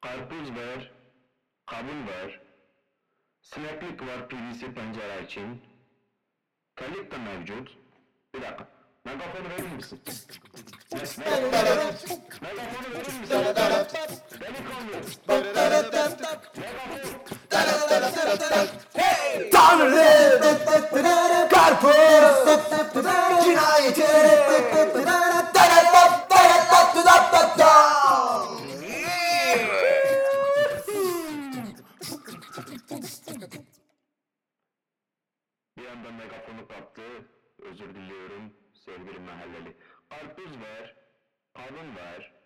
Karpuz var, kavun var, sineklik var PVC pencere için, telik de mevcut. Bir dakika, megafonu verir misin? Megafonu verir misin? Delikanlı! Tanrı karpuz cinayeti. Bir anda megafonu kaptı, özür diliyorum sevgili mahalleli. Karpuz var, kavun var,